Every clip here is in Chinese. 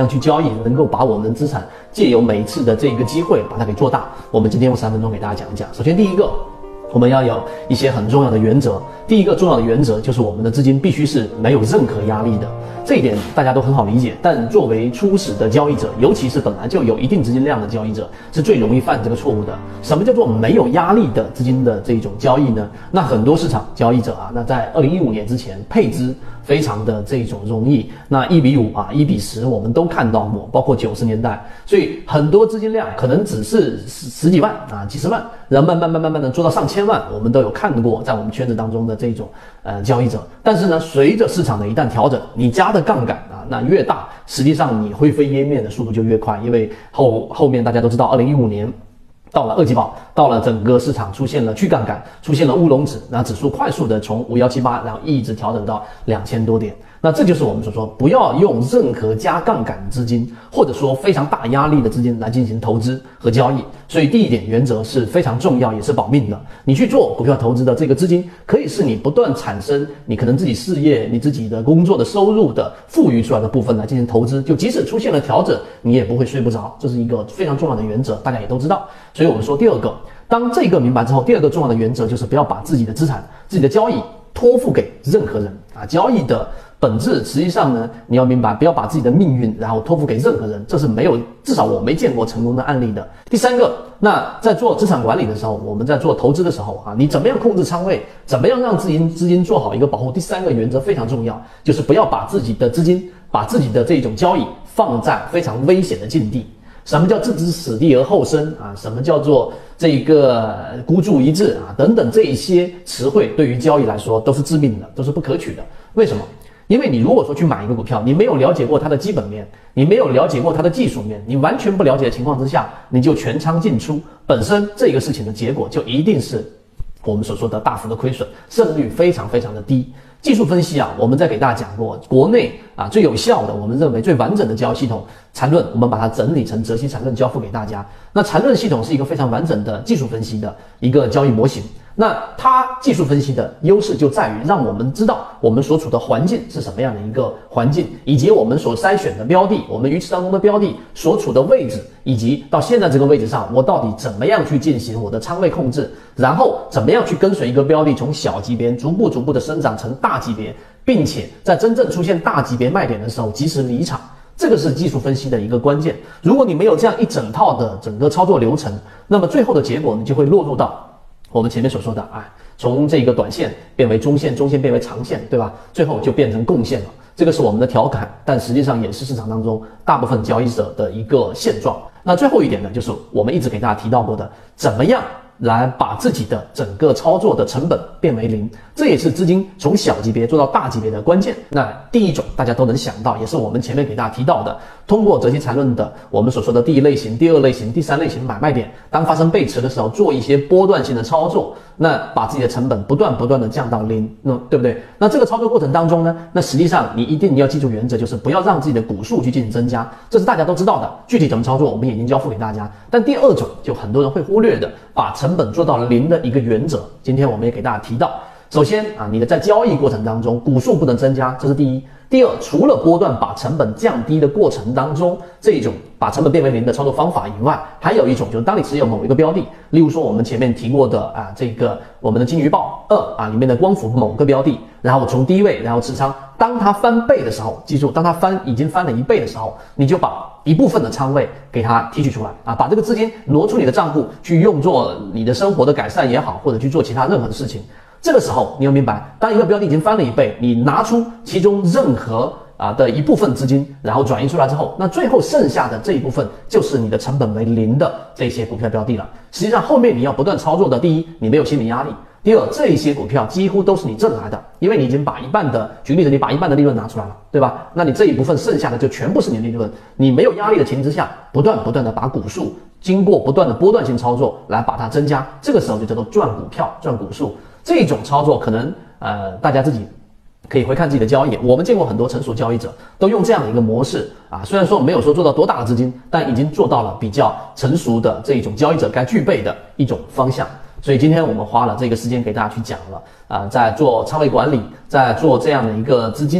样去交易，能够把我们的资产借由每一次的这一个机会把它给做大。我们今天用3分钟给大家讲一讲。首先第一个，我们要有一些很重要的原则。第一个重要的原则就是我们的资金必须是没有任何压力的。这一点大家都很好理解，但作为初始的交易者，尤其是本来就有一定资金量的交易者，是最容易犯这个错误的。什么叫做没有压力的资金的这种交易呢？那很多市场交易者啊，那在2015年之前配资非常的这种容易，那1:5啊，1:10我们都看到过，包括90年代，所以很多资金量可能只是十几万啊，几十万，然后慢慢的做到上千万，我们都有看过在我们圈子当中的这种交易者。但是呢，随着市场的一旦调整，你加的杠杆啊，那越大，实际上你灰飞烟灭的速度就越快，因为后面大家都知道，2015年到了2季报，到了整个市场出现了去杠杆，出现了乌龙指，那指数快速的从5178，然后一直调整到2000多点。那这就是我们所说，不要用任何加杠杆资金，或者说非常大压力的资金来进行投资和交易。所以第一点原则是非常重要，也是保命的。你去做股票投资的这个资金，可以是你不断产生你可能自己事业、你自己的工作的收入的富余出来的部分来进行投资，就即使出现了调整，你也不会睡不着。这是一个非常重要的原则，大家也都知道。所以我们说第二个，当这个明白之后，第二个重要的原则就是不要把自己的资产、自己的交易托付给任何人啊。交易的本质实际上呢，你要明白，不要把自己的命运然后托付给任何人，这是没有，至少我没见过成功的案例的。第三个，那在做资产管理的时候，我们在做投资的时候啊，你怎么样控制仓位，怎么样让资金做好一个保护？第三个原则非常重要，就是不要把自己的资金、把自己的这种交易放在非常危险的境地。什么叫置之死地而后生啊？什么叫做这个孤注一掷啊？等等这一些词汇对于交易来说都是致命的，都是不可取的。为什么？因为你如果说去买一个股票，你没有了解过它的基本面，你没有了解过它的技术面，你完全不了解的情况之下，你就全仓进出，本身这个事情的结果就一定是我们所说的大幅的亏损，胜率非常的低。技术分析啊，我们在给大家讲过，国内啊最有效的，我们认为最完整的交易系统缠论，我们把它整理成泽熙缠论交付给大家。那缠论系统是一个非常完整的技术分析的一个交易模型。那它技术分析的优势就在于让我们知道我们所处的环境是什么样的一个环境，以及我们所筛选的标的，我们鱼池当中的标的所处的位置，以及到现在这个位置上，我到底怎么样去进行我的仓位控制，然后怎么样去跟随一个标的从小级别逐步的生长成大级别，并且在真正出现大级别卖点的时候及时离场。这个是技术分析的一个关键。如果你没有这样一整套的整个操作流程，那么最后的结果你就会落入到我们前面所说的从这个短线变为中线，中线变为长线，对吧？最后就变成共线了。这个是我们的调侃，但实际上也是市场当中大部分交易者的一个现状。那最后一点呢，就是我们一直给大家提到过的，怎么样来把自己的整个操作的成本变为零，这也是资金从小级别做到大级别的关键。那第一种大家都能想到，也是我们前面给大家提到的，通过泽熙缠论的我们所说的第一类型、第二类型、第三类型买卖点，当发生背驰的时候，做一些波段性的操作，那把自己的成本不断的降到零，对不对？那这个操作过程当中呢，那实际上你一定要记住原则，就是不要让自己的股数去进行增加，这是大家都知道的，具体怎么操作我们已经交付给大家。但第二种就很多人会忽略的，把成本做到了零的一个原则，今天我们也给大家提到。首先你的在交易过程当中股数不能增加，这是第一。第二，除了波段把成本降低的过程当中，这一种把成本变为零的操作方法以外，还有一种就是当你持有某一个标的，例如说我们前面提过的这个我们的金鱼报2里面的光伏某个标的，然后从低位然后持仓，当它翻倍的时候，记住，当它已经翻了1倍的时候，你就把一部分的仓位给它提取出来把这个资金挪出你的账户去用作你的生活的改善也好，或者去做其他任何事情。这个时候你要明白，当一个标的已经翻了1倍，你拿出其中任何的一部分资金，然后转移出来之后，那最后剩下的这一部分就是你的成本为零的这些股票标的了。实际上后面你要不断操作的，第一，你没有心理压力；第二，这些股票几乎都是你挣来的，因为你已经把一半的，举例子，你把一半的利润拿出来了，对吧？那你这一部分剩下的就全部是你的利润。你没有压力的情况之下，不断的把股数经过不断的波段性操作来把它增加，这个时候就叫做赚股票、赚股数。这种操作可能大家自己可以回看自己的交易，我们见过很多成熟交易者都用这样的一个模式虽然说没有说做到多大的资金，但已经做到了比较成熟的这种交易者该具备的一种方向。所以今天我们花了这个时间给大家去讲了在做仓位管理，在做这样的一个资金的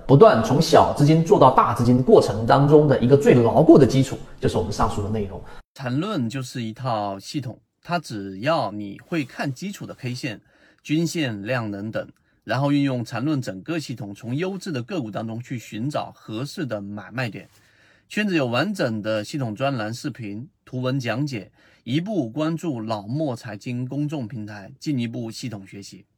不断从小资金做到大资金过程当中的一个最牢固的基础，就是我们上述的内容。 缠论就是一套系统，它只要你会看基础的 K 线、均线、量能等，然后运用缠论整个系统，从优质的个股当中去寻找合适的买卖点。圈子有完整的系统专栏、视频、图文讲解，一步关注老莫财经公众平台，进一步系统学习。